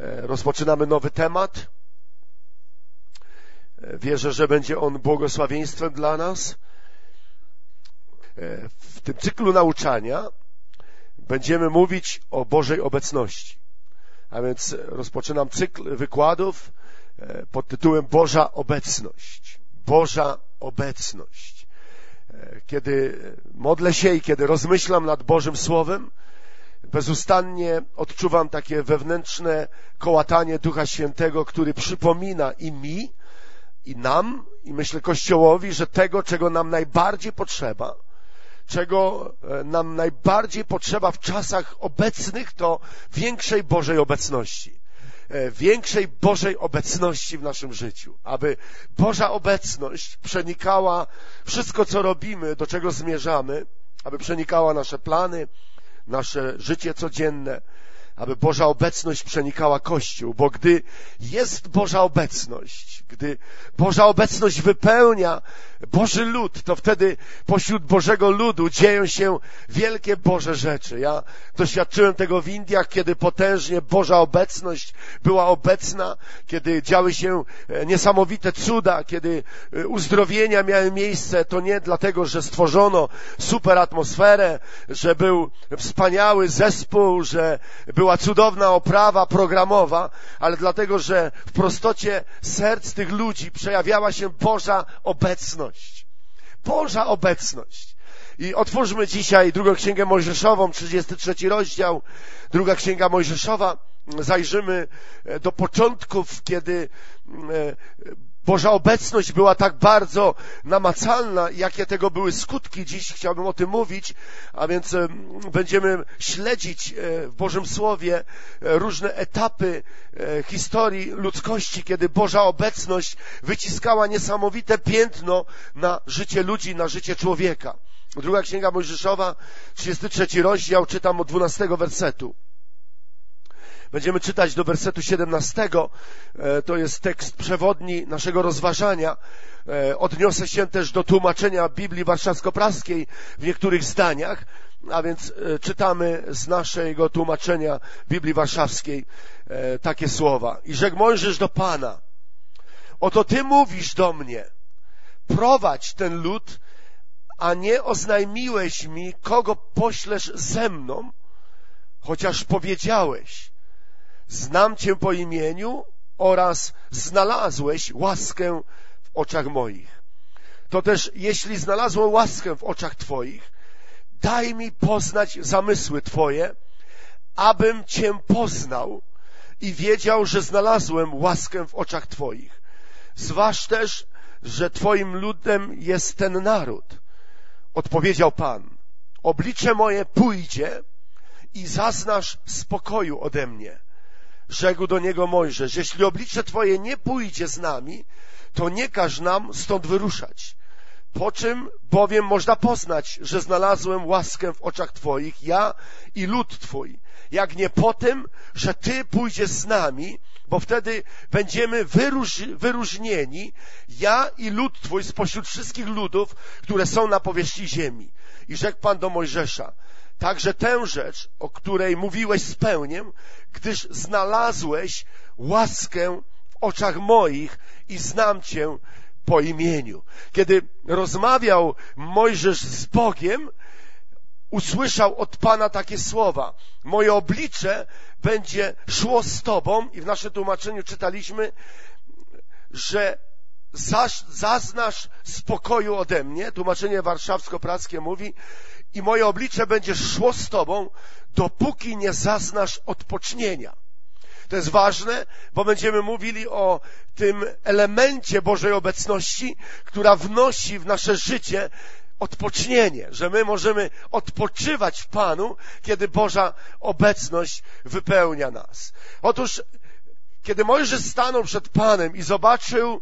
Rozpoczynamy nowy temat. Wierzę, że będzie on błogosławieństwem dla nas. W tym cyklu nauczania będziemy mówić o Bożej obecności. A więc rozpoczynam cykl wykładów pod tytułem Boża obecność. Boża obecność. Kiedy modlę się i kiedy rozmyślam nad Bożym Słowem, bezustannie odczuwam takie wewnętrzne kołatanie Ducha Świętego, który przypomina i mi, i nam, i myślę Kościołowi, że tego, czego nam najbardziej potrzeba, czego nam najbardziej potrzeba w czasach obecnych, to większej Bożej obecności. Większej Bożej obecności w naszym życiu. Aby Boża obecność przenikała wszystko, co robimy, do czego zmierzamy, aby przenikała nasze plany, nasze życie codzienne, aby Boża obecność przenikała Kościół, bo gdy jest Boża obecność, gdy Boża obecność wypełnia Boży lud, to wtedy pośród Bożego ludu dzieją się wielkie Boże rzeczy. Ja doświadczyłem tego w Indiach, kiedy potężnie Boża obecność była obecna, kiedy działy się niesamowite cuda, kiedy uzdrowienia miały miejsce. To nie dlatego, że stworzono super atmosferę, że był wspaniały zespół, że była cudowna oprawa programowa, ale dlatego, że w prostocie serc tych ludzi przejawiała się Boża obecność. Boża obecność. I otwórzmy dzisiaj drugą Księgę Mojżeszową, 33 rozdział, druga Księga Mojżeszowa. Zajrzymy do początków, kiedy Boża obecność była tak bardzo namacalna, jakie tego były skutki. Dziś chciałbym o tym mówić, a więc będziemy śledzić w Bożym Słowie różne etapy historii ludzkości, kiedy Boża obecność wyciskała niesamowite piętno na życie ludzi, na życie człowieka. Druga Księga Mojżeszowa, 33 rozdział, czytam od 12 wersetu. Będziemy czytać do wersetu 17. To jest tekst przewodni naszego rozważania. Odniosę się też do tłumaczenia Biblii Warszawsko-Praskiej w niektórych zdaniach, a więc czytamy z naszego tłumaczenia Biblii Warszawskiej takie słowa. I rzekł Mojżesz do Pana: oto Ty mówisz do mnie, prowadź ten lud, a nie oznajmiłeś mi, kogo poślesz ze mną, chociaż powiedziałeś: znam Cię po imieniu oraz znalazłeś łaskę w oczach moich. To też, jeśli znalazłem łaskę w oczach Twoich, daj mi poznać zamysły Twoje, abym Cię poznał i wiedział, że znalazłem łaskę w oczach Twoich. Zważ też, że Twoim ludem jest ten naród. Odpowiedział Pan: oblicze moje pójdzie i zaznasz spokoju ode mnie. Rzekł do niego Mojżesz: jeśli oblicze Twoje nie pójdzie z nami, to nie każ nam stąd wyruszać. Po czym bowiem można poznać, że znalazłem łaskę w oczach Twoich, ja i lud Twój, jak nie po tym, że Ty pójdziesz z nami, bo wtedy będziemy wyróżnieni, ja i lud Twój, spośród wszystkich ludów, które są na powierzchni ziemi. I rzekł Pan do Mojżesza: także tę rzecz, o której mówiłeś, spełnię, gdyż znalazłeś łaskę w oczach moich i znam Cię po imieniu. Kiedy rozmawiał Mojżesz z Bogiem, usłyszał od Pana takie słowa: moje oblicze będzie szło z Tobą. I w naszym tłumaczeniu czytaliśmy, że zaznasz spokoju ode mnie. Tłumaczenie warszawsko-praskie mówi: i moje oblicze będzie szło z Tobą, dopóki nie zaznasz odpocznienia. To jest ważne, bo będziemy mówili o tym elemencie Bożej obecności, która wnosi w nasze życie odpocznienie, że my możemy odpoczywać w Panu, kiedy Boża obecność wypełnia nas. Otóż, kiedy Mojżesz stanął przed Panem i zobaczył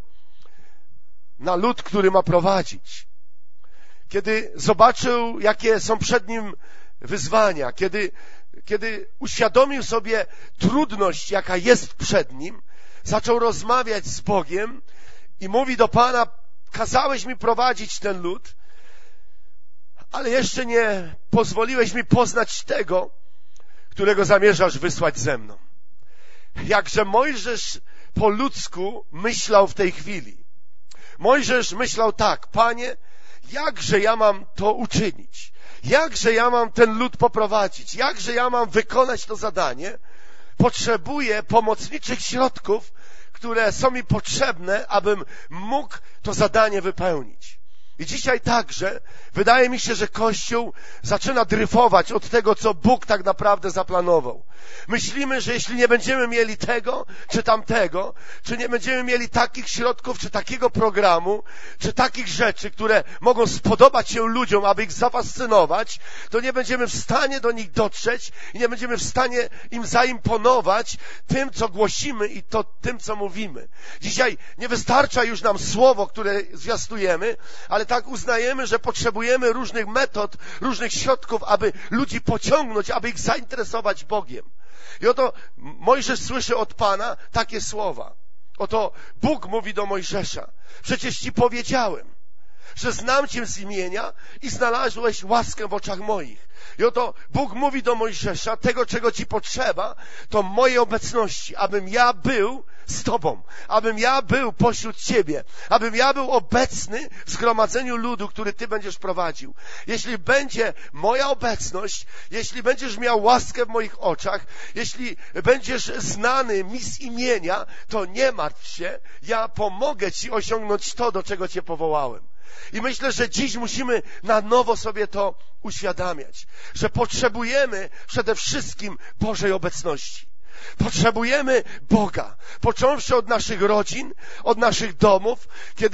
na lud, który ma prowadzić, kiedy zobaczył, jakie są przed nim wyzwania, kiedy uświadomił sobie trudność, jaka jest przed nim, zaczął rozmawiać z Bogiem i mówi do Pana: kazałeś mi prowadzić ten lud, ale jeszcze nie pozwoliłeś mi poznać tego, którego zamierzasz wysłać ze mną. jakże Mojżesz po ludzku myślał w tej chwili. Mojżesz myślał tak: Panie, jakże ja mam to uczynić? Jakże ja mam ten lud poprowadzić? Jakże ja mam wykonać to zadanie? Potrzebuję pomocniczych środków, które są mi potrzebne, abym mógł to zadanie wypełnić. I dzisiaj także wydaje mi się, że Kościół zaczyna dryfować od tego, co Bóg tak naprawdę zaplanował. Myślimy, że jeśli nie będziemy mieli tego, czy tamtego, czy nie będziemy mieli takich środków, czy takiego programu, czy takich rzeczy, które mogą spodobać się ludziom, aby ich zafascynować, to nie będziemy w stanie do nich dotrzeć i nie będziemy w stanie im zaimponować tym, co głosimy i tym, co mówimy. Dzisiaj nie wystarcza już nam słowo, które zwiastujemy, ale tak uznajemy, że potrzebujemy różnych metod, różnych środków, aby ludzi pociągnąć, aby ich zainteresować Bogiem. I oto Mojżesz słyszy od Pana takie słowa. Oto Bóg mówi do Mojżesza: przecież Ci powiedziałem, że znam Cię z imienia i znalazłeś łaskę w oczach moich. I oto Bóg mówi do Mojżesza: tego, czego Ci potrzeba, to mojej obecności, abym ja był z Tobą, abym ja był pośród Ciebie, abym ja był obecny w zgromadzeniu ludu, który Ty będziesz prowadził. Jeśli będzie moja obecność, jeśli będziesz miał łaskę w moich oczach, jeśli będziesz znany mi z imienia, to nie martw się, ja pomogę Ci osiągnąć to, do czego Cię powołałem. I myślę, że dziś musimy na nowo sobie to uświadamiać, że potrzebujemy przede wszystkim Bożej obecności. Potrzebujemy Boga, począwszy od naszych rodzin, od naszych domów,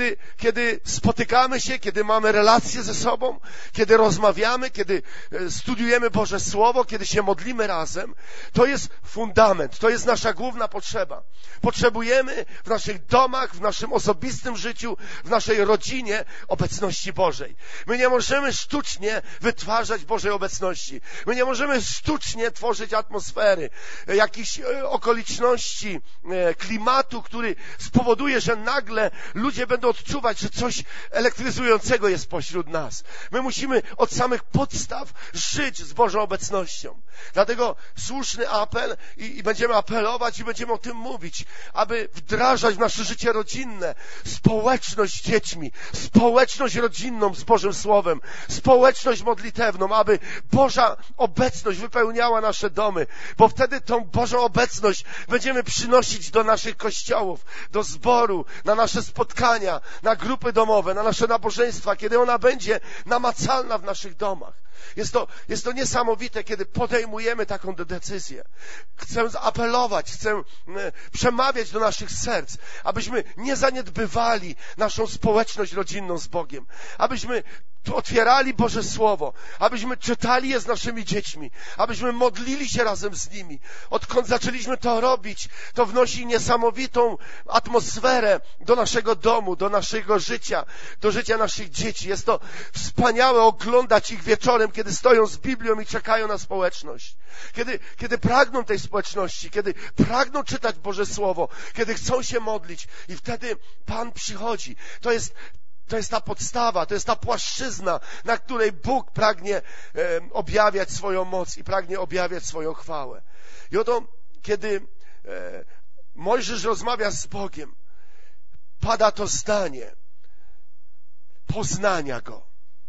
kiedy spotykamy się, kiedy mamy relacje ze sobą, kiedy rozmawiamy, kiedy studiujemy Boże Słowo, kiedy się modlimy razem. To jest fundament, to jest nasza główna potrzeba. Potrzebujemy w naszych domach, w naszym osobistym życiu, w naszej rodzinie obecności Bożej. My nie możemy sztucznie wytwarzać Bożej obecności. My nie możemy sztucznie tworzyć atmosfery, jakichś okoliczności, klimatu, który spowoduje, że nagle ludzie będą odczuwać, że coś elektryzującego jest pośród nas. My musimy od samych podstaw żyć z Bożą obecnością. Dlatego słuszny apel i będziemy apelować i będziemy o tym mówić, aby wdrażać w nasze życie rodzinne społeczność z dziećmi, społeczność rodzinną z Bożym Słowem, społeczność modlitewną, aby Boża obecność wypełniała nasze domy, bo wtedy tą Bożą obecność będziemy przynosić do naszych kościołów, do zboru, na nasze spotkania, na grupy domowe, na nasze nabożeństwa, kiedy ona będzie namacalna w naszych domach. Jest to niesamowite, kiedy podejmujemy taką decyzję. Chcę zaapelować, chcę przemawiać do naszych serc, abyśmy nie zaniedbywali naszą społeczność rodzinną z Bogiem, abyśmy otwierali Boże Słowo, abyśmy czytali je z naszymi dziećmi, abyśmy modlili się razem z nimi. Odkąd zaczęliśmy to robić, to wnosi niesamowitą atmosferę do naszego domu, do naszego życia, do życia naszych dzieci. Jest to wspaniałe oglądać ich wieczorem, kiedy stoją z Biblią i czekają na społeczność. Kiedy pragną tej społeczności, kiedy pragną czytać Boże Słowo, kiedy chcą się modlić i wtedy Pan przychodzi. To jest ta podstawa, to jest ta płaszczyzna, na której Bóg pragnie objawiać swoją moc i pragnie objawiać swoją chwałę. I oto, kiedy Mojżesz rozmawia z Bogiem, pada to zdanie poznania Go.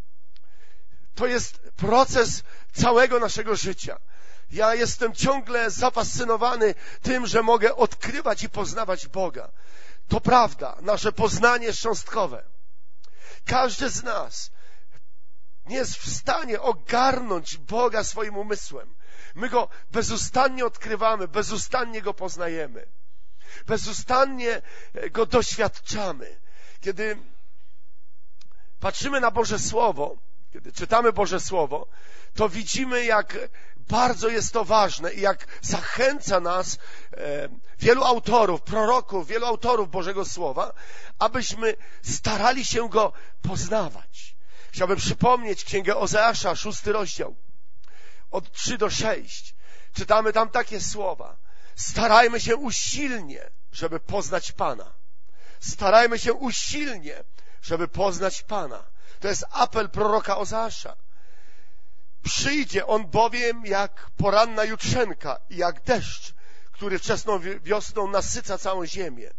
To jest proces całego naszego życia. Ja jestem ciągle zafascynowany tym, że mogę odkrywać i poznawać Boga. To prawda, nasze poznanie jest cząstkowe. Każdy z nas nie jest w stanie ogarnąć Boga swoim umysłem. My Go bezustannie odkrywamy, bezustannie Go poznajemy. Bezustannie Go doświadczamy. Kiedy patrzymy na Boże Słowo, kiedy czytamy Boże Słowo, to widzimy, jak bardzo jest to ważne i jak zachęca nas wielu autorów, proroków, wielu autorów Bożego Słowa, abyśmy starali się Go poznawać. Chciałbym przypomnieć Księgę Ozeasza, 6 rozdział, od 3 do 6. Czytamy tam takie słowa. Starajmy się usilnie, żeby poznać Pana. Starajmy się usilnie, żeby poznać Pana. To jest apel proroka Ozeasza. Przyjdzie on bowiem jak poranna jutrzenka i jak deszcz, który wczesną wiosną nasyca całą ziemię.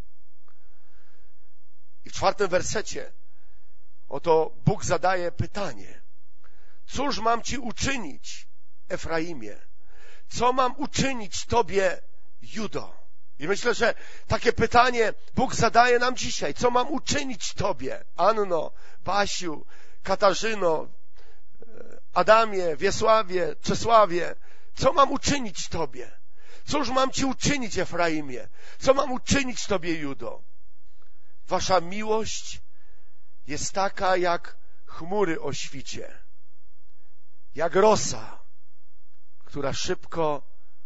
I w 4 wersecie oto Bóg zadaje pytanie: cóż mam Ci uczynić, Efraimie? Co mam uczynić Tobie, Judo? I myślę, że takie pytanie Bóg zadaje nam dzisiaj. Co mam uczynić Tobie, Anno, Basiu, Katarzyno, Adamie, Wiesławie, Czesławie? Co mam uczynić Tobie? Cóż mam Ci uczynić, Efraimie? Co mam uczynić Tobie, Judo? Wasza miłość jest taka jak chmury o świcie, jak rosa, która szybko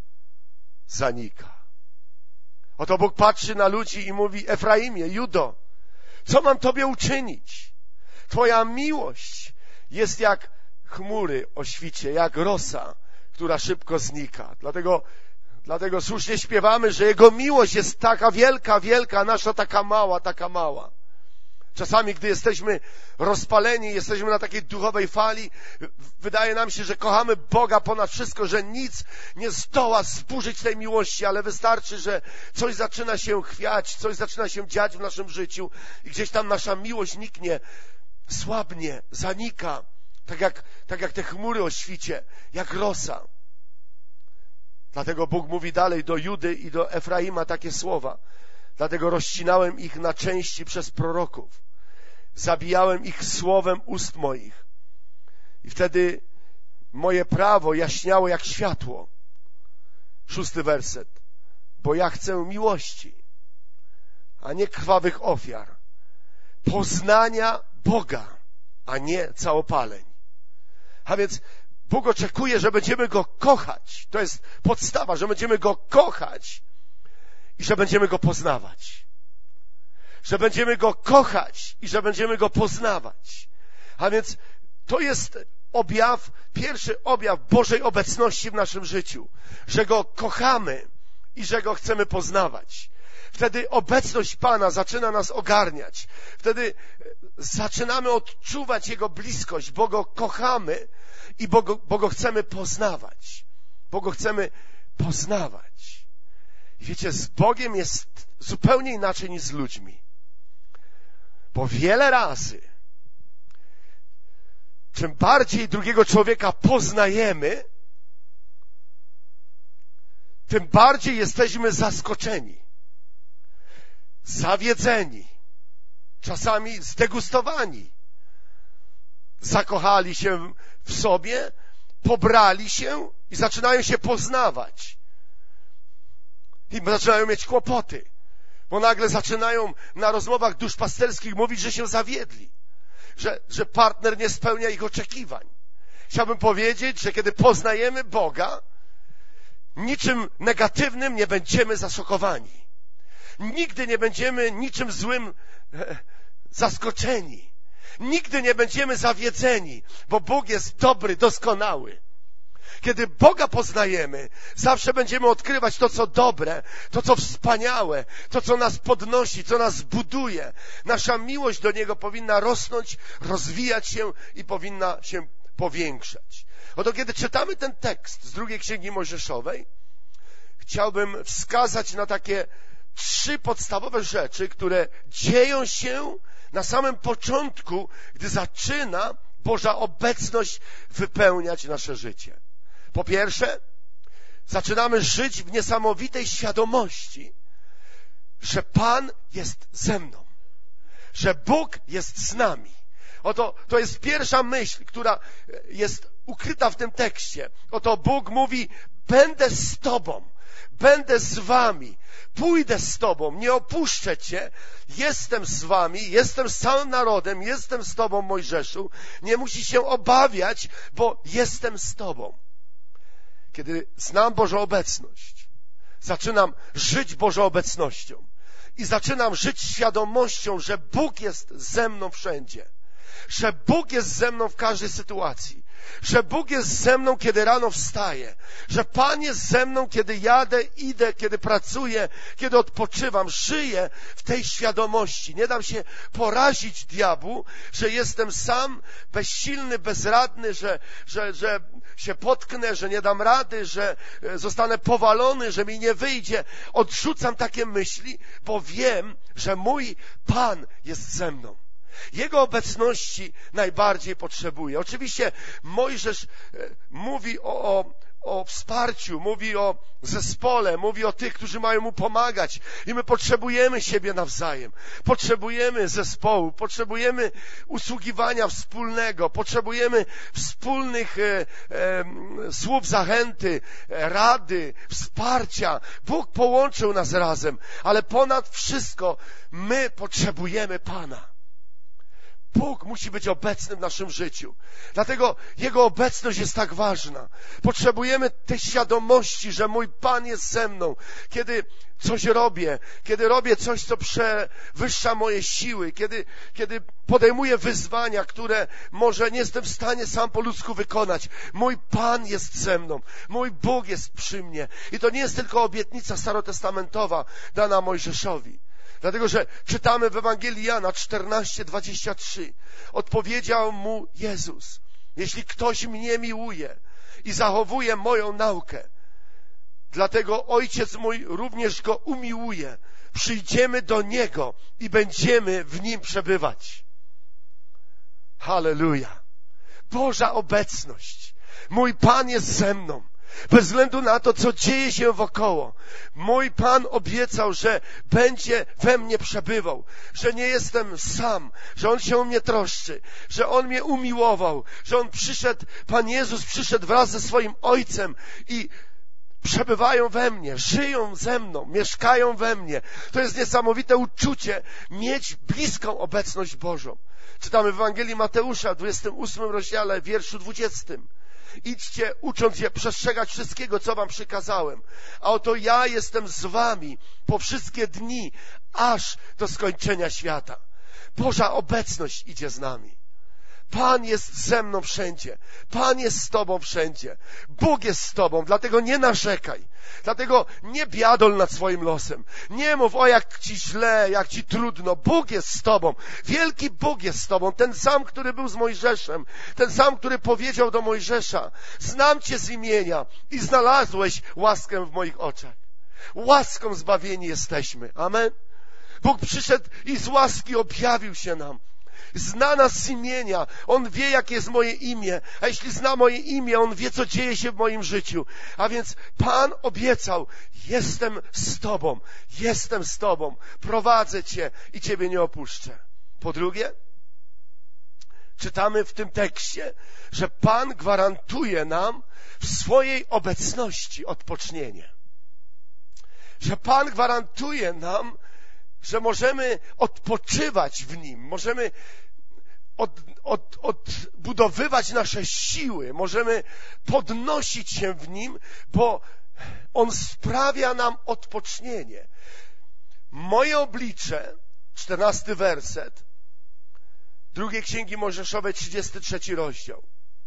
zanika. Oto Bóg patrzy na ludzi i mówi: Efraimie, Judo, co mam Tobie uczynić? Twoja miłość jest jak chmury o świcie, jak rosa, która szybko znika. Dlatego słusznie śpiewamy, że Jego miłość jest taka wielka, wielka, a nasza taka mała, taka mała. Czasami, gdy jesteśmy rozpaleni, jesteśmy na takiej duchowej fali, wydaje nam się, że kochamy Boga ponad wszystko, że nic nie zdoła zburzyć tej miłości, ale wystarczy, że coś zaczyna się chwiać, coś zaczyna się dziać w naszym życiu i gdzieś tam nasza miłość niknie, słabnie, zanika, tak jak te chmury o świcie, jak rosa. Dlatego Bóg mówi dalej do Judy i do Efraima takie słowa: dlatego rozcinałem ich na części przez proroków, zabijałem ich słowem ust moich i wtedy moje prawo jaśniało jak światło. 6 werset. Bo ja chcę miłości, a nie krwawych ofiar, poznania Boga, a nie całopaleń. A więc Bóg oczekuje, że będziemy Go kochać. To jest podstawa, że będziemy Go kochać i że będziemy Go poznawać. Że będziemy Go kochać i że będziemy Go poznawać. A więc to jest pierwszy objaw Bożej obecności w naszym życiu. Że Go kochamy i że Go chcemy poznawać. Wtedy obecność Pana zaczyna nas ogarniać. Wtedy zaczynamy odczuwać Jego bliskość, bo Go kochamy i bo Go chcemy poznawać. Bo Go chcemy poznawać. I wiecie, z Bogiem jest zupełnie inaczej niż z ludźmi. Bo wiele razy, czym bardziej drugiego człowieka poznajemy, tym bardziej jesteśmy zaskoczeni, zawiedzeni, czasami zdegustowani. Zakochali się w sobie, pobrali się i zaczynają się poznawać. I zaczynają mieć kłopoty, bo nagle zaczynają na rozmowach duszpasterskich mówić, że się zawiedli, że partner nie spełnia ich oczekiwań. Chciałbym powiedzieć, że kiedy poznajemy Boga, niczym negatywnym nie będziemy zaszokowani. Nigdy nie będziemy niczym złym zaskoczeni. Nigdy nie będziemy zawiedzeni, bo Bóg jest dobry, doskonały. Kiedy Boga poznajemy, zawsze będziemy odkrywać to, co dobre, to, co wspaniałe, to, co nas podnosi, co nas buduje. Nasza miłość do Niego powinna rosnąć, rozwijać się i powinna się powiększać. Oto kiedy czytamy ten tekst z 2 Księgi Mojżeszowej, chciałbym wskazać na takie 3 podstawowe rzeczy, które dzieją się na samym początku, gdy zaczyna Boża obecność wypełniać nasze życie. Po pierwsze, zaczynamy żyć w niesamowitej świadomości, że Pan jest ze mną, że Bóg jest z nami. Oto to jest pierwsza myśl, która jest ukryta w tym tekście. Oto Bóg mówi: będę z Tobą, będę z wami, pójdę z Tobą, nie opuszczę Cię, jestem z wami, jestem z całym narodem, jestem z Tobą, Mojżeszu, nie musisz się obawiać, bo jestem z Tobą. Kiedy znam Bożą obecność, zaczynam żyć Bożą obecnością i zaczynam żyć świadomością, że Bóg jest ze mną wszędzie, że Bóg jest ze mną w każdej sytuacji, że Bóg jest ze mną, kiedy rano wstaję, że Pan jest ze mną, kiedy jadę, idę, kiedy pracuję, kiedy odpoczywam. Żyję w tej świadomości. Nie dam się porazić diabłu, że jestem sam, bezsilny, bezradny, że się potknę, że nie dam rady, że zostanę powalony, że mi nie wyjdzie. Odrzucam takie myśli, bo wiem, że mój Pan jest ze mną. Jego obecności najbardziej potrzebuję. Oczywiście Mojżesz mówi o wsparciu, mówi o zespole, mówi o tych, którzy mają mu pomagać. I my potrzebujemy siebie nawzajem. Potrzebujemy zespołu, potrzebujemy usługiwania wspólnego, potrzebujemy wspólnych słów zachęty, rady, wsparcia. Bóg połączył nas razem, ale ponad wszystko my potrzebujemy Pana. Bóg musi być obecny w naszym życiu. Dlatego Jego obecność jest tak ważna. Potrzebujemy tej świadomości, że mój Pan jest ze mną. Kiedy coś robię, kiedy robię coś, co przewyższa moje siły, kiedy podejmuję wyzwania, które może nie jestem w stanie sam po ludzku wykonać. Mój Pan jest ze mną. Mój Bóg jest przy mnie. I to nie jest tylko obietnica starotestamentowa dana Mojżeszowi. Dlatego, że czytamy w Ewangelii Jana 14:23. Odpowiedział mu Jezus: jeśli ktoś mnie miłuje i zachowuje moją naukę, dlatego Ojciec mój również go umiłuje. Przyjdziemy do Niego i będziemy w Nim przebywać. Halleluja! Boża obecność. Mój Pan jest ze mną. Bez względu na to, co dzieje się wokoło. Mój Pan obiecał, że będzie we mnie przebywał, że nie jestem sam, że On się o mnie troszczy, że On mnie umiłował, że On przyszedł, Pan Jezus przyszedł wraz ze swoim Ojcem i przebywają we mnie, żyją ze mną, mieszkają we mnie. To jest niesamowite uczucie, mieć bliską obecność Bożą. Czytamy w Ewangelii Mateusza, w 28 rozdziale, wierszu 20. Idźcie, ucząc je przestrzegać wszystkiego, co wam przykazałem. A oto ja jestem z wami po wszystkie dni, aż do skończenia świata. Boża obecność idzie z nami. Pan jest ze mną wszędzie. Pan jest z tobą wszędzie. Bóg jest z tobą, dlatego nie narzekaj. Dlatego nie biadol nad swoim losem. Nie mów, o jak ci źle, jak ci trudno. Bóg jest z tobą. Wielki Bóg jest z tobą. Ten sam, który był z Mojżeszem. Ten sam, który powiedział do Mojżesza: znam cię z imienia i znalazłeś łaskę w moich oczach. Łaską zbawieni jesteśmy. Amen. Bóg przyszedł i z łaski objawił się nam. Zna nas z imienia. On wie, jakie jest moje imię. A jeśli zna moje imię, On wie, co dzieje się w moim życiu. A więc Pan obiecał: jestem z Tobą. Jestem z Tobą. Prowadzę Cię i Ciebie nie opuszczę. Po drugie, czytamy w tym tekście, że Pan gwarantuje nam w swojej obecności odpocznienie. Że Pan gwarantuje nam, że możemy odpoczywać w Nim, możemy odbudowywać nasze siły, możemy podnosić się w Nim, bo On sprawia nam odpocznienie. Moje oblicze, 14 werset, 2 Księgi Mojżeszowej, 33 rozdział.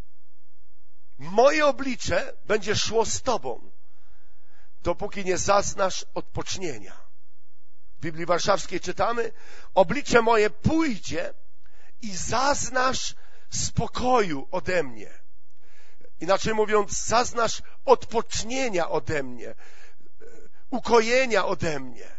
Moje oblicze będzie szło z Tobą, dopóki nie zaznasz odpocznienia. W Biblii Warszawskiej czytamy: oblicze moje pójdzie i zaznasz spokoju ode mnie. Inaczej mówiąc, zaznasz odpocznienia ode mnie, ukojenia ode mnie.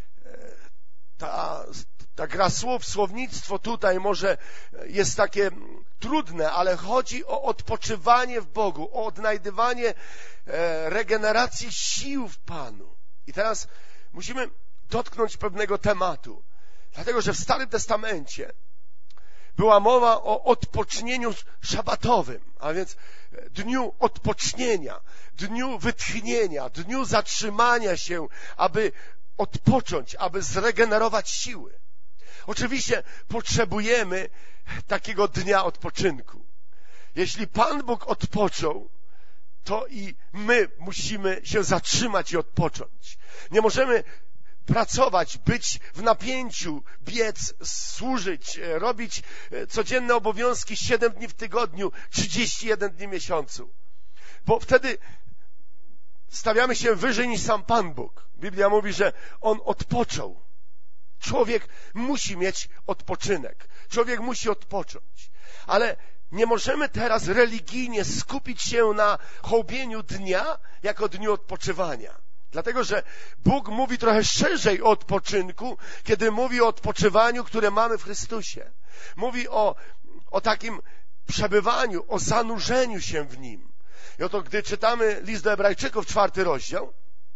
Ta gra słów, słownictwo tutaj może jest takie trudne, ale chodzi o odpoczywanie w Bogu, o odnajdywanie regeneracji sił w Panu. I teraz musimy dotknąć pewnego tematu, dlatego że w Starym Testamencie była mowa o odpocznieniu szabatowym, a więc dniu odpocznienia, dniu wytchnienia, dniu zatrzymania się, aby odpocząć, aby zregenerować siły. Oczywiście potrzebujemy takiego dnia odpoczynku. Jeśli Pan Bóg odpoczął, to i my musimy się zatrzymać i odpocząć. Nie możemy pracować, być w napięciu, biec, służyć, robić codzienne obowiązki 7 dni w tygodniu, 31 dni w miesiącu. Bo wtedy stawiamy się wyżej niż sam Pan Bóg. Biblia mówi, że On odpoczął. Człowiek musi mieć odpoczynek. Człowiek musi odpocząć. Ale nie możemy teraz religijnie skupić się na hołbieniu dnia jako dniu odpoczywania. Dlatego, że Bóg mówi trochę szerzej o odpoczynku, kiedy mówi o odpoczywaniu, które mamy w Chrystusie. Mówi o takim przebywaniu, o zanurzeniu się w Nim. I oto, gdy czytamy list do Hebrajczyków, 4 rozdział,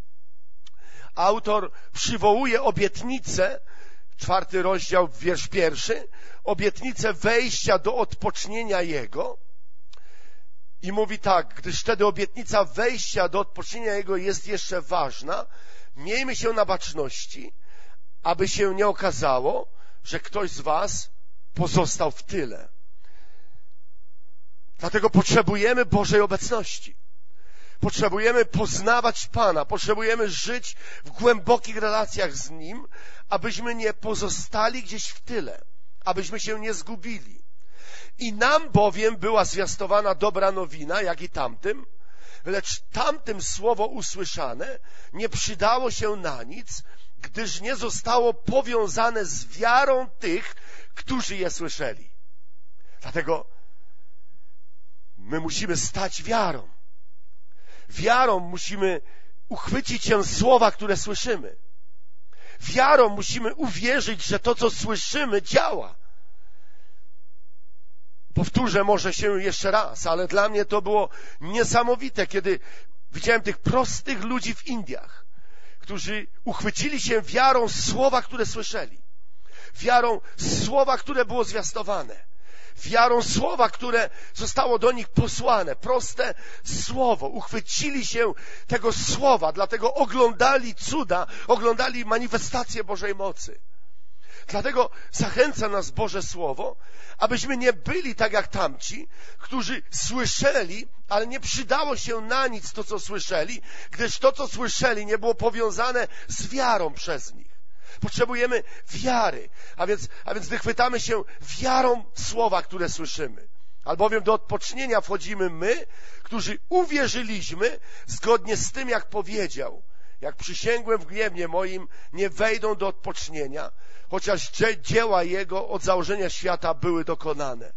autor przywołuje obietnicę, 4 rozdział, wiersz 1, obietnicę wejścia do odpocznienia Jego i mówi tak: gdyż wtedy obietnica wejścia do odpocznienia Jego jest jeszcze ważna, miejmy się na baczności, aby się nie okazało, że ktoś z was pozostał w tyle. Dlatego potrzebujemy Bożej obecności. Potrzebujemy poznawać Pana, potrzebujemy żyć w głębokich relacjach z Nim, abyśmy nie pozostali gdzieś w tyle, abyśmy się nie zgubili. I nam bowiem była zwiastowana dobra nowina, jak i tamtym, lecz tamtym słowo usłyszane nie przydało się na nic, gdyż nie zostało powiązane z wiarą tych, którzy je słyszeli. Dlatego my musimy stać wiarą. Wiarą musimy uchwycić się słowa, które słyszymy. Wiarą musimy uwierzyć, że to, co słyszymy, działa. Powtórzę może się jeszcze raz, ale dla mnie to było niesamowite, kiedy widziałem tych prostych ludzi w Indiach, którzy uchwycili się wiarą słowa, które słyszeli. Wiarą słowa, które było zwiastowane. Wiarą słowa, które zostało do nich posłane. Proste słowo. Uchwycili się tego słowa, dlatego oglądali cuda, oglądali manifestację Bożej mocy. Dlatego zachęca nas Boże Słowo, abyśmy nie byli tak jak tamci, którzy słyszeli, ale nie przydało się na nic to, co słyszeli, gdyż to, co słyszeli, nie było powiązane z wiarą przez nich. Potrzebujemy wiary, a więc wychwytamy się wiarą słowa, które słyszymy. Albowiem do odpocznienia wchodzimy my, którzy uwierzyliśmy zgodnie z tym, jak powiedział. Jak przysięgłem w gniewie moim, nie wejdą do odpocznienia, chociaż dzieła Jego od założenia świata były dokonane.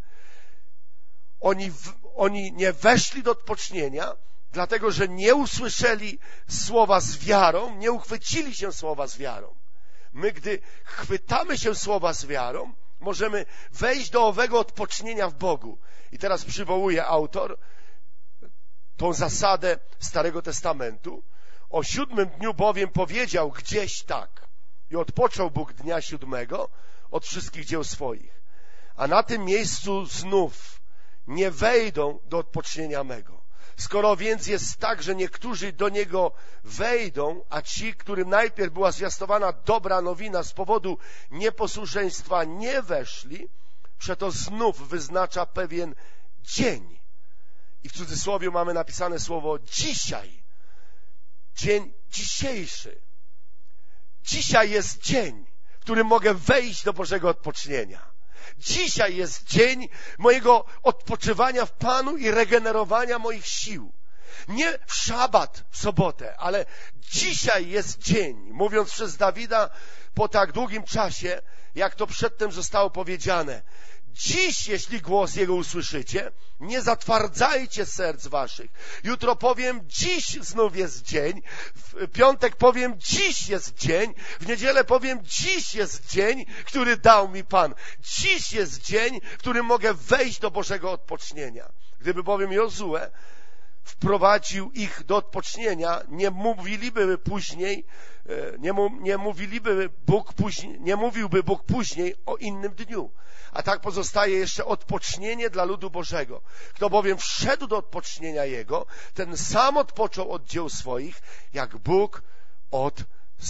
Oni nie weszli do odpocznienia, dlatego że nie usłyszeli słowa z wiarą, nie uchwycili się słowa z wiarą. My, gdy chwytamy się słowa z wiarą, możemy wejść do owego odpocznienia w Bogu. I teraz przywołuje autor tą zasadę Starego Testamentu. O 7 dniu bowiem powiedział gdzieś tak: i odpoczął Bóg dnia 7 od wszystkich dzieł swoich. A na tym miejscu znów nie wejdą do odpocznienia mego. Skoro więc jest tak, że niektórzy do niego wejdą, a ci, którym najpierw była zwiastowana dobra nowina, z powodu nieposłuszeństwa nie weszli, przeto znów wyznacza pewien dzień. I w cudzysłowie mamy napisane słowo dzisiaj. Dzień dzisiejszy. Dzisiaj jest dzień, w którym mogę wejść do Bożego odpocznienia. Dzisiaj jest dzień mojego odpoczywania w Panu i regenerowania moich sił. Nie w szabat, w sobotę, ale dzisiaj jest dzień, mówiąc przez Dawida po tak długim czasie, jak to przedtem zostało powiedziane. Dziś, jeśli głos Jego usłyszycie, nie zatwardzajcie serc waszych. Jutro powiem, dziś znów jest dzień. W piątek powiem, dziś jest dzień. W niedzielę powiem, dziś jest dzień, który dał mi Pan. Dziś jest dzień, w którym mogę wejść do Bożego odpocznienia. Gdyby bowiem Jozue wprowadził ich do odpocznienia, nie mówiłby Bóg później o innym dniu. A tak pozostaje jeszcze odpocznienie dla ludu Bożego. Kto bowiem wszedł do odpocznienia Jego, ten sam odpoczął od dzieł swoich, jak Bóg od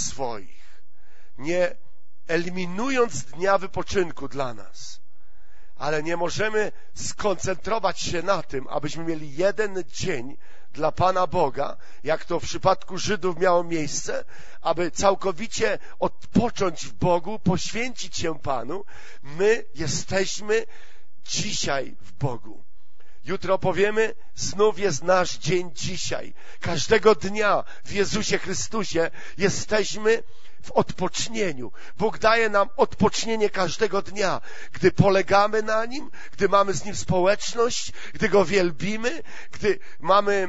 swoich. Nie eliminując dnia wypoczynku dla nas, Ale nie możemy skoncentrować się na tym, abyśmy mieli jeden dzień dla Pana Boga, jak to w przypadku Żydów miało miejsce, aby całkowicie odpocząć w Bogu, poświęcić się Panu. My jesteśmy dzisiaj w Bogu. Jutro powiemy, znów jest nasz dzień dzisiaj. Każdego dnia w Jezusie Chrystusie jesteśmy w odpocznieniu. Bóg daje nam odpocznienie każdego dnia, gdy polegamy na Nim, gdy mamy z Nim społeczność, gdy Go wielbimy, gdy mamy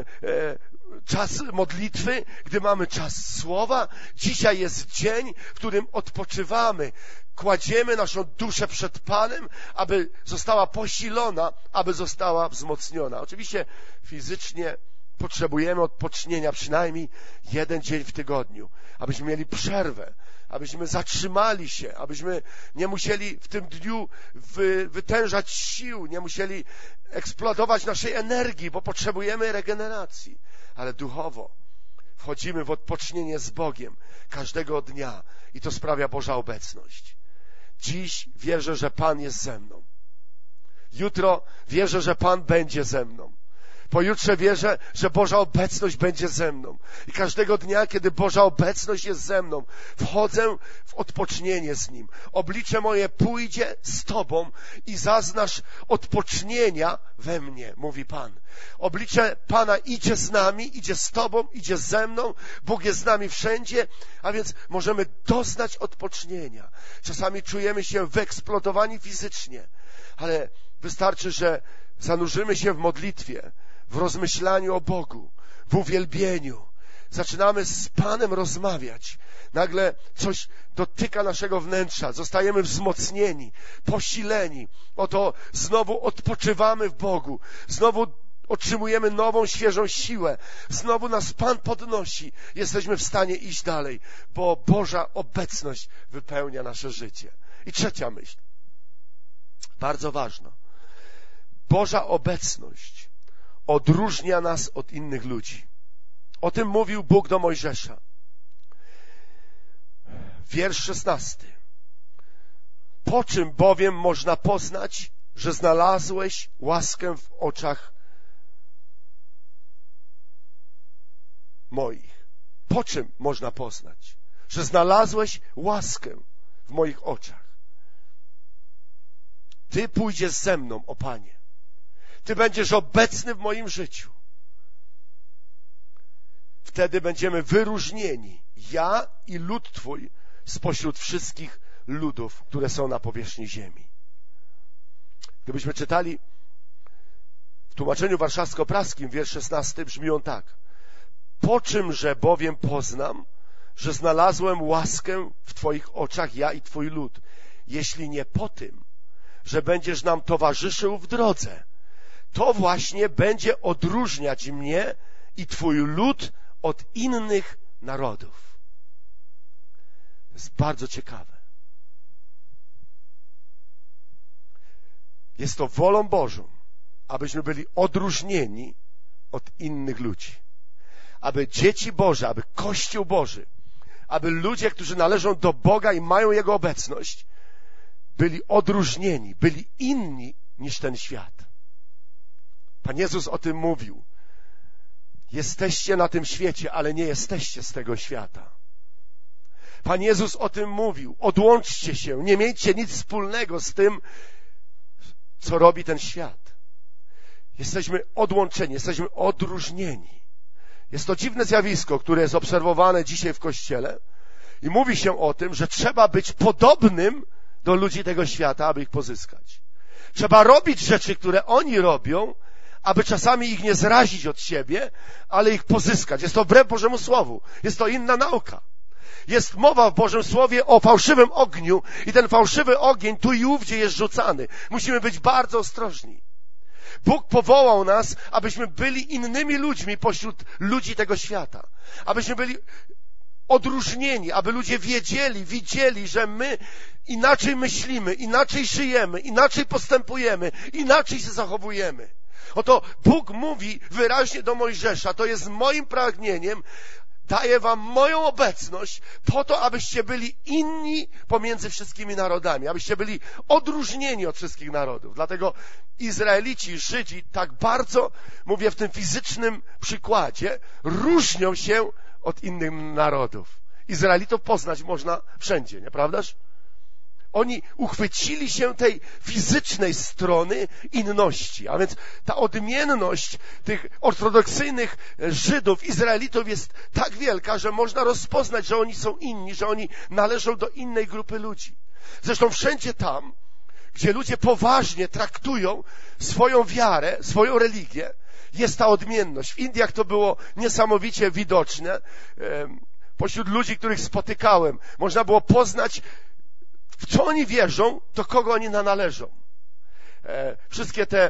czas modlitwy, gdy mamy czas słowa. Dzisiaj jest dzień, w którym odpoczywamy. Kładziemy naszą duszę przed Panem, aby została posilona, aby została wzmocniona. Oczywiście fizycznie potrzebujemy odpocznienia przynajmniej jeden dzień w tygodniu, abyśmy mieli przerwę, abyśmy zatrzymali się, abyśmy nie musieli w tym dniu wytężać sił, nie musieli eksploatować naszej energii, bo potrzebujemy regeneracji. Ale duchowo wchodzimy w odpocznienie z Bogiem każdego dnia i to sprawia Boża obecność. Dziś wierzę, że Pan jest ze mną. Jutro wierzę, że Pan będzie ze mną. Pojutrze wierzę, że Boża obecność będzie ze mną. I każdego dnia, kiedy Boża obecność jest ze mną, wchodzę w odpocznienie z Nim. Oblicze moje pójdzie z Tobą i zaznasz odpocznienia we mnie, mówi Pan. Oblicze Pana idzie z nami, idzie z Tobą, idzie ze mną. Bóg jest z nami wszędzie, a więc możemy doznać odpocznienia. Czasami czujemy się wyeksplodowani fizycznie, ale wystarczy, że zanurzymy się w modlitwie, w rozmyślaniu o Bogu, w uwielbieniu. Zaczynamy z Panem rozmawiać. Nagle coś dotyka naszego wnętrza. Zostajemy wzmocnieni, posileni. Oto znowu odpoczywamy w Bogu. Znowu otrzymujemy nową, świeżą siłę. Znowu nas Pan podnosi. Jesteśmy w stanie iść dalej, bo Boża obecność wypełnia nasze życie. I trzecia myśl. Bardzo ważna. Boża obecność odróżnia nas od innych ludzi. O tym mówił Bóg do Mojżesza. Wiersz 16. Po czym bowiem można poznać, że znalazłeś łaskę w oczach moich? Po czym można poznać, że znalazłeś łaskę w moich oczach? Ty pójdziesz ze mną, o Panie. Ty będziesz obecny w moim życiu. Wtedy będziemy wyróżnieni, ja i lud Twój, spośród wszystkich ludów, które są na powierzchni ziemi. Gdybyśmy czytali w tłumaczeniu warszawsko-praskim, wiersz 16, brzmi on tak. Po czymże bowiem poznam, że znalazłem łaskę w Twoich oczach, ja i Twój lud, jeśli nie po tym, że będziesz nam towarzyszył w drodze. To właśnie będzie odróżniać mnie i Twój lud od innych narodów. To jest bardzo ciekawe. Jest to wolą Bożą, abyśmy byli odróżnieni od innych ludzi. Aby dzieci Boże, aby Kościół Boży, aby ludzie, którzy należą do Boga i mają Jego obecność, byli odróżnieni, byli inni niż ten świat. Pan Jezus o tym mówił. Jesteście na tym świecie, ale nie jesteście z tego świata. Pan Jezus o tym mówił. Odłączcie się, nie miejcie nic wspólnego z tym, co robi ten świat. Jesteśmy odłączeni, jesteśmy odróżnieni. Jest to dziwne zjawisko, które jest obserwowane dzisiaj w Kościele i mówi się o tym, że trzeba być podobnym do ludzi tego świata, aby ich pozyskać. Trzeba robić rzeczy, które oni robią, aby czasami ich nie zrazić od siebie, ale ich pozyskać. Jest to wbrew Bożemu Słowu. Jest to inna nauka. Jest mowa w Bożym Słowie o fałszywym ogniu i ten fałszywy ogień tu i ówdzie jest rzucany. Musimy być bardzo ostrożni. Bóg powołał nas, abyśmy byli innymi ludźmi pośród ludzi tego świata. Abyśmy byli odróżnieni, aby ludzie widzieli, że my inaczej myślimy, inaczej żyjemy, inaczej postępujemy, inaczej się zachowujemy. Oto Bóg mówi wyraźnie do Mojżesza, to jest moim pragnieniem, daję wam moją obecność po to, abyście byli inni pomiędzy wszystkimi narodami, abyście byli odróżnieni od wszystkich narodów. Dlatego Izraelici, Żydzi tak bardzo, mówię w tym fizycznym przykładzie, różnią się od innych narodów. Izraelitów poznać można wszędzie, nieprawdaż? Oni uchwycili się tej fizycznej strony inności, a więc ta odmienność tych ortodoksyjnych Żydów, Izraelitów jest tak wielka, że można rozpoznać, że oni są inni, że oni należą do innej grupy ludzi. Zresztą wszędzie tam, gdzie ludzie poważnie traktują swoją wiarę, swoją religię, jest ta odmienność. W Indiach to było niesamowicie widoczne. Pośród ludzi, których spotykałem, można było poznać, w co oni wierzą, do kogo oni należą. Wszystkie te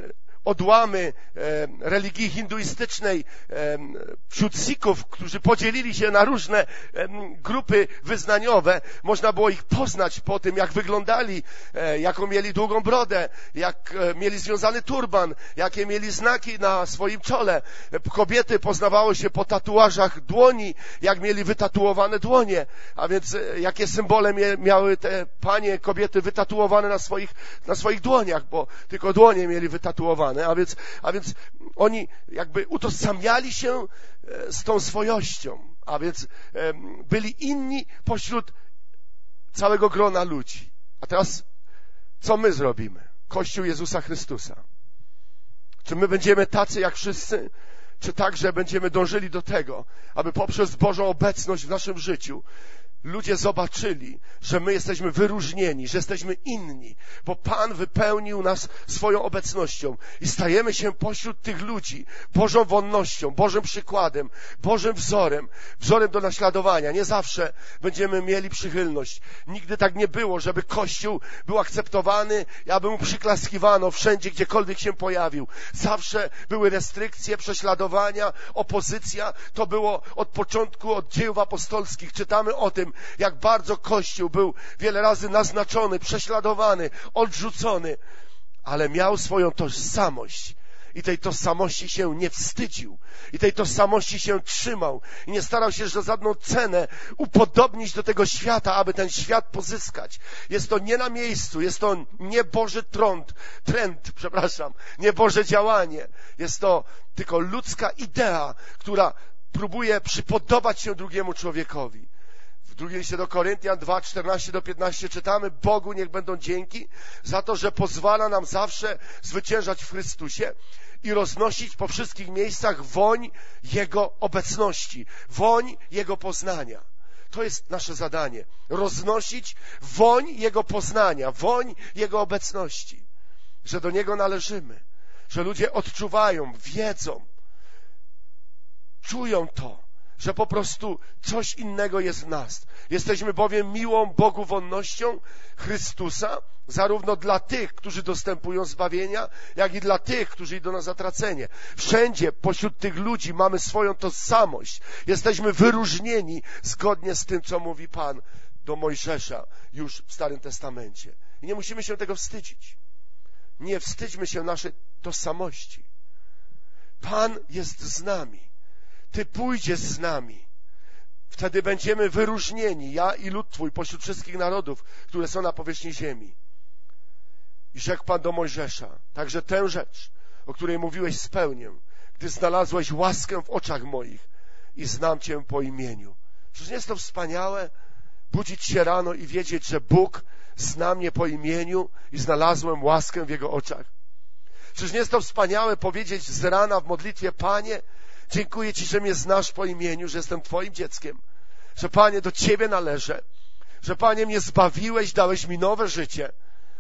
odłamy religii hinduistycznej wśród Sikhów, którzy podzielili się na różne grupy wyznaniowe, można było ich poznać po tym, jak wyglądali, jaką mieli długą brodę, jak mieli związany turban, jakie mieli znaki na swoim czole. Kobiety poznawało się po tatuażach dłoni, jak mieli wytatuowane dłonie, a więc jakie symbole miały te panie, kobiety wytatuowane na swoich dłoniach, bo tylko dłonie mieli wytatuowane. A więc oni jakby utożsamiali się z tą swojością, a więc byli inni pośród całego grona ludzi. A teraz co my zrobimy? Kościół Jezusa Chrystusa. Czy my będziemy tacy jak wszyscy? Czy także będziemy dążyli do tego, aby poprzez Bożą obecność w naszym życiu ludzie zobaczyli, że my jesteśmy wyróżnieni, że jesteśmy inni, bo Pan wypełnił nas swoją obecnością i stajemy się pośród tych ludzi Bożą wonnością, Bożym przykładem, Bożym wzorem do naśladowania. Nie zawsze będziemy mieli przychylność. Nigdy tak nie było, żeby Kościół był akceptowany, aby mu przyklaskiwano wszędzie, gdziekolwiek się pojawił. Zawsze były restrykcje, prześladowania, opozycja. To było od początku, od dziejów apostolskich. Czytamy o tym, jak bardzo Kościół był wiele razy naznaczony, prześladowany, odrzucony, ale miał swoją tożsamość i tej tożsamości się nie wstydził i tej tożsamości się trzymał i nie starał się za żadną cenę upodobnić do tego świata, aby ten świat pozyskać. Jest to nie na miejscu, jest to nie Boży nie Boże działanie. Jest to tylko ludzka idea, która próbuje przypodobać się drugiemu człowiekowi. W drugim liście do Koryntian 2, 14-15 czytamy: Bogu niech będą dzięki za to, że pozwala nam zawsze zwyciężać w Chrystusie i roznosić po wszystkich miejscach woń Jego obecności, woń Jego poznania. To jest nasze zadanie. Roznosić woń Jego poznania, woń Jego obecności. Że do Niego należymy. Że ludzie odczuwają, wiedzą, czują to, że po prostu coś innego jest w nas. Jesteśmy bowiem miłą Bogu wonnością Chrystusa, zarówno dla tych, którzy dostępują zbawienia, jak i dla tych, którzy idą na zatracenie. Wszędzie pośród tych ludzi mamy swoją tożsamość. Jesteśmy wyróżnieni zgodnie z tym, co mówi Pan do Mojżesza już w Starym Testamencie. I nie musimy się tego wstydzić. Nie wstydźmy się naszej tożsamości. Pan jest z nami. Ty pójdziesz z nami. Wtedy będziemy wyróżnieni, ja i lud Twój, pośród wszystkich narodów, które są na powierzchni ziemi. I rzekł Pan do Mojżesza: także tę rzecz, o której mówiłeś, spełnię, gdy znalazłeś łaskę w oczach moich i znam Cię po imieniu. Czyż nie jest to wspaniałe? Budzić się rano i wiedzieć, że Bóg zna mnie po imieniu i znalazłem łaskę w Jego oczach. Czyż nie jest to wspaniałe powiedzieć z rana w modlitwie: Panie, dziękuję Ci, że mnie znasz po imieniu, że jestem Twoim dzieckiem, że Panie, do Ciebie należę, że Panie, mnie zbawiłeś, dałeś mi nowe życie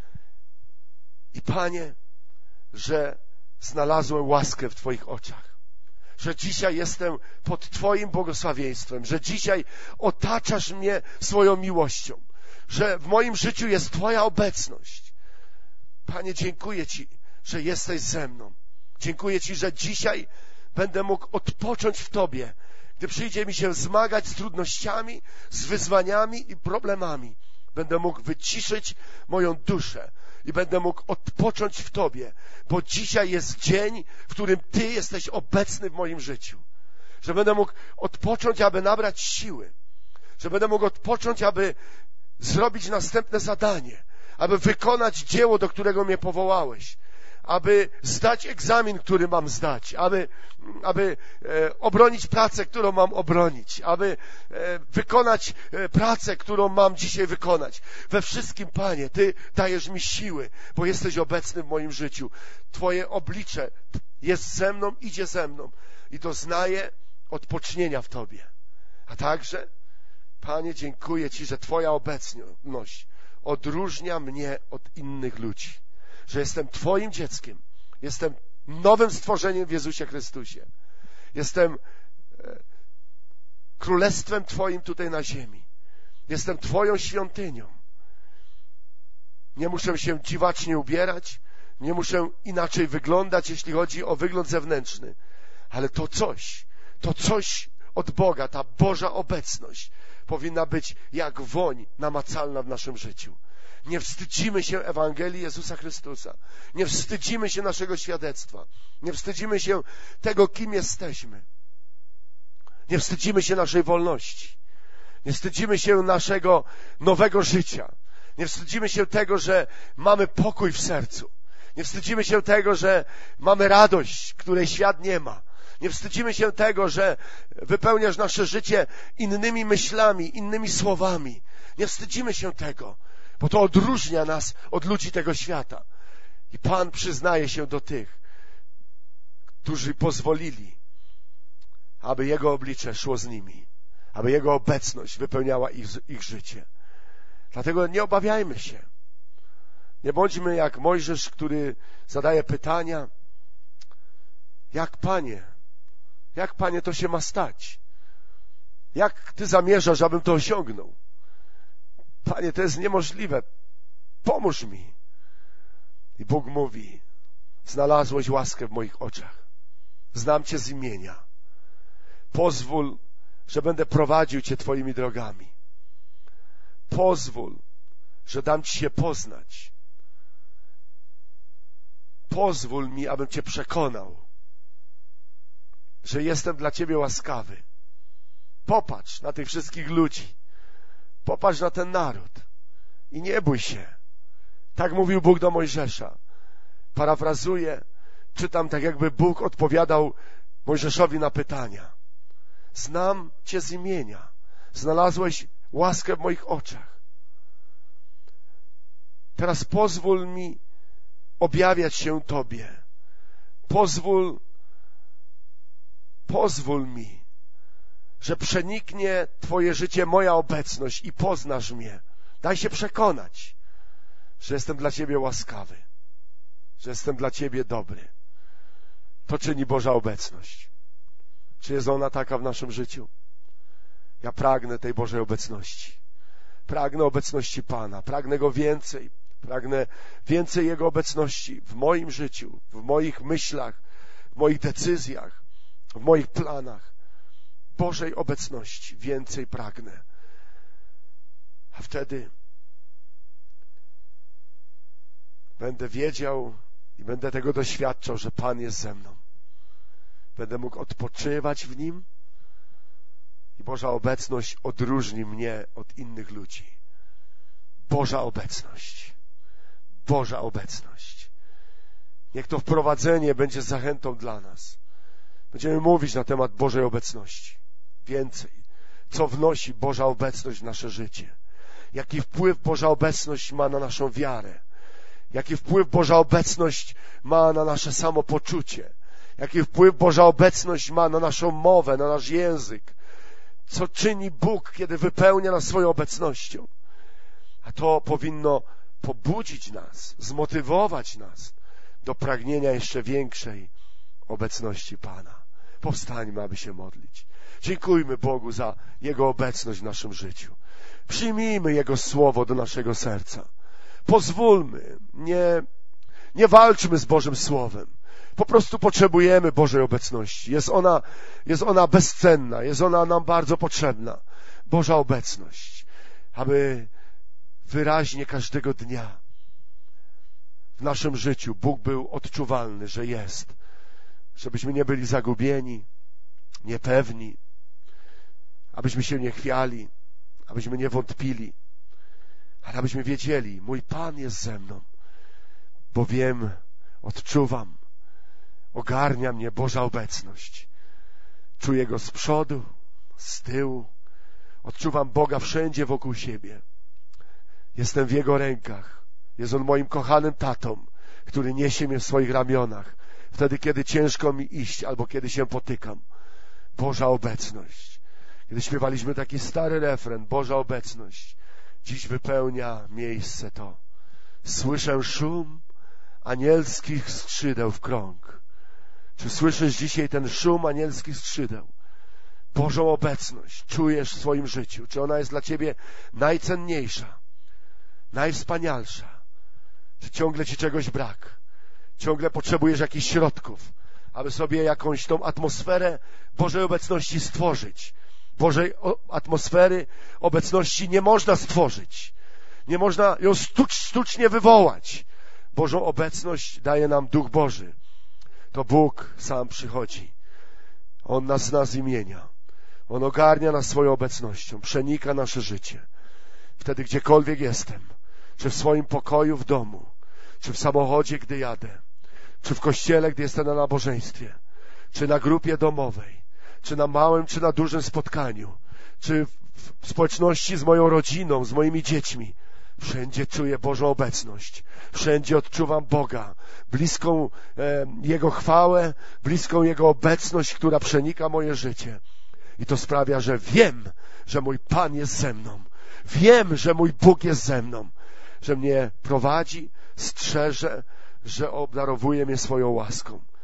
i Panie, że znalazłem łaskę w Twoich oczach, że dzisiaj jestem pod Twoim błogosławieństwem, że dzisiaj otaczasz mnie swoją miłością, że w moim życiu jest Twoja obecność. Panie, dziękuję Ci, że jesteś ze mną. Dziękuję Ci, że dzisiaj będę mógł odpocząć w Tobie, gdy przyjdzie mi się zmagać z trudnościami, z wyzwaniami i problemami. Będę mógł wyciszyć moją duszę i będę mógł odpocząć w Tobie, bo dzisiaj jest dzień, w którym Ty jesteś obecny w moim życiu. że będę mógł odpocząć, aby nabrać siły, że będę mógł odpocząć, aby zrobić następne zadanie, aby wykonać dzieło, do którego mnie powołałeś, aby zdać egzamin, który mam zdać, aby obronić pracę, którą mam obronić, aby wykonać pracę, którą mam dzisiaj wykonać. We wszystkim, Panie, Ty dajesz mi siły, bo jesteś obecny w moim życiu. Twoje oblicze jest ze mną, idzie ze mną i doznaję odpocznienia w Tobie. A także, Panie, dziękuję Ci, że Twoja obecność odróżnia mnie od innych ludzi, że jestem Twoim dzieckiem, jestem nowym stworzeniem w Jezusie Chrystusie, jestem królestwem Twoim tutaj na ziemi, jestem Twoją świątynią. Nie muszę się dziwacznie ubierać, nie muszę inaczej wyglądać, jeśli chodzi o wygląd zewnętrzny, ale to coś od Boga, ta Boża obecność powinna być jak woń namacalna w naszym życiu. Nie wstydzimy się Ewangelii Jezusa Chrystusa. Nie wstydzimy się naszego świadectwa. Nie wstydzimy się tego, kim jesteśmy. Nie wstydzimy się naszej wolności. Nie wstydzimy się naszego nowego życia. Nie wstydzimy się tego, że mamy pokój w sercu. Nie wstydzimy się tego, że mamy radość, której świat nie ma. Nie wstydzimy się tego, że wypełniasz nasze życie innymi myślami, innymi słowami. Nie wstydzimy się tego, bo to odróżnia nas od ludzi tego świata. I Pan przyznaje się do tych, którzy pozwolili, aby Jego oblicze szło z nimi, aby Jego obecność wypełniała ich życie. Dlatego nie obawiajmy się. Nie bądźmy jak Mojżesz, który zadaje pytania: jak Panie to się ma stać? Jak Ty zamierzasz, abym to osiągnął? Panie, to jest niemożliwe. Pomóż mi. I Bóg mówi: znalazłeś łaskę w moich oczach. Znam Cię z imienia. Pozwól, że będę prowadził Cię Twoimi drogami. Pozwól, że dam Ci się poznać. Pozwól mi, abym Cię przekonał, że jestem dla Ciebie łaskawy. Popatrz na tych wszystkich ludzi. Popatrz na ten naród i nie bój się. Tak mówił Bóg do Mojżesza. Parafrazuję, czytam tak, jakby Bóg odpowiadał Mojżeszowi na pytania. Znam Cię z imienia. Znalazłeś łaskę w moich oczach. Teraz pozwól mi objawiać się Tobie. Pozwól mi, że przeniknie Twoje życie moja obecność i poznasz mnie. Daj się przekonać, że jestem dla Ciebie łaskawy, że jestem dla Ciebie dobry. To czyni Boża obecność. Czy jest ona taka w naszym życiu? Ja pragnę tej Bożej obecności. Pragnę obecności Pana. Pragnę Go więcej. Pragnę więcej Jego obecności w moim życiu, w moich myślach, w moich decyzjach, w moich planach. Bożej obecności więcej pragnę. A wtedy będę wiedział i będę tego doświadczał, że Pan jest ze mną. Będę mógł odpoczywać w Nim i Boża obecność odróżni mnie od innych ludzi. Boża obecność. Boża obecność. Niech to wprowadzenie będzie zachętą dla nas. Będziemy mówić na temat Bożej obecności. Więcej. Co wnosi Boża obecność w nasze życie. Jaki wpływ Boża obecność ma na naszą wiarę. Jaki wpływ Boża obecność ma na nasze samopoczucie. Jaki wpływ Boża obecność ma na naszą mowę, na nasz język. Co czyni Bóg, kiedy wypełnia nas swoją obecnością. A to powinno pobudzić nas, zmotywować nas do pragnienia jeszcze większej obecności Pana. Powstańmy, aby się modlić. Dziękujmy Bogu za Jego obecność w naszym życiu. Przyjmijmy Jego Słowo do naszego serca. Pozwólmy, nie walczmy z Bożym Słowem. Po prostu potrzebujemy Bożej obecności. Jest ona bezcenna, jest ona nam bardzo potrzebna. Boża obecność, aby wyraźnie każdego dnia w naszym życiu Bóg był odczuwalny, że jest. Żebyśmy nie byli zagubieni, niepewni, abyśmy się nie chwiali, abyśmy nie wątpili, ale abyśmy wiedzieli, mój Pan jest ze mną, bo wiem, odczuwam, ogarnia mnie Boża obecność. Czuję Go z przodu, z tyłu, odczuwam Boga wszędzie wokół siebie. Jestem w Jego rękach. Jest On moim kochanym tatą, który niesie mnie w swoich ramionach. Wtedy, kiedy ciężko mi iść, albo kiedy się potykam. Boża obecność. Kiedy śpiewaliśmy taki stary refren, Boża obecność, dziś wypełnia miejsce to. Słyszę szum anielskich skrzydeł w krąg. Czy słyszysz dzisiaj ten szum anielskich skrzydeł? Bożą obecność czujesz w swoim życiu. Czy ona jest dla ciebie najcenniejsza, najwspanialsza? Czy ciągle ci czegoś brak? Ciągle potrzebujesz jakichś środków, aby sobie jakąś tą atmosferę Bożej obecności stworzyć. Bożej atmosfery obecności nie można stworzyć. Nie można ją sztucznie wywołać. Bożą obecność daje nam Duch Boży. To Bóg sam przychodzi. On nas zna z imienia. On ogarnia nas swoją obecnością. Przenika nasze życie. Wtedy gdziekolwiek jestem, czy w swoim pokoju w domu, czy w samochodzie, gdy jadę, czy w kościele, gdy jestem na nabożeństwie, czy na grupie domowej, czy na małym, czy na dużym spotkaniu, czy w społeczności z moją rodziną, z moimi dziećmi, wszędzie czuję Bożą obecność. Wszędzie odczuwam Boga, bliską Jego chwałę, bliską Jego obecność, która przenika moje życie. I to sprawia, że wiem, że mój Pan jest ze mną. Wiem, że mój Bóg jest ze mną, że mnie prowadzi, strzeże, że obdarowuje mnie swoją łaską.